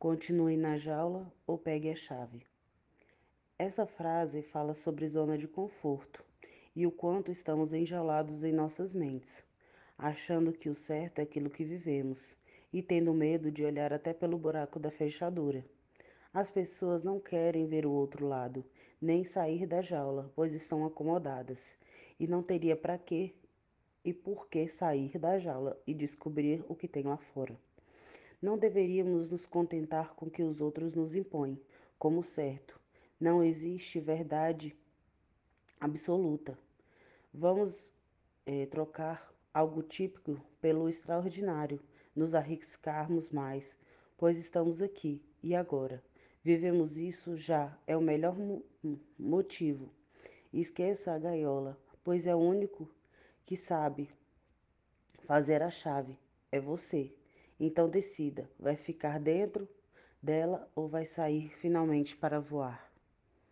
Continue na jaula ou pegue a chave. Essa frase fala sobre zona de conforto e o quanto estamos enjaulados em nossas mentes, achando que o certo é aquilo que vivemos e tendo medo de olhar até pelo buraco da fechadura. As pessoas não querem ver o outro lado, nem sair da jaula, pois estão acomodadas, e não teria para quê e por que sair da jaula e descobrir o que tem lá fora. Não deveríamos nos contentar com o que os outros nos impõem como certo. Não existe verdade absoluta. Vamos trocar algo típico pelo extraordinário, nos arriscarmos mais, pois estamos aqui e agora. Vivemos isso já, é o melhor motivo. Esqueça a gaiola, pois é o único que sabe fazer a chave. É você. Então decida, vai ficar dentro dela ou vai sair finalmente para voar?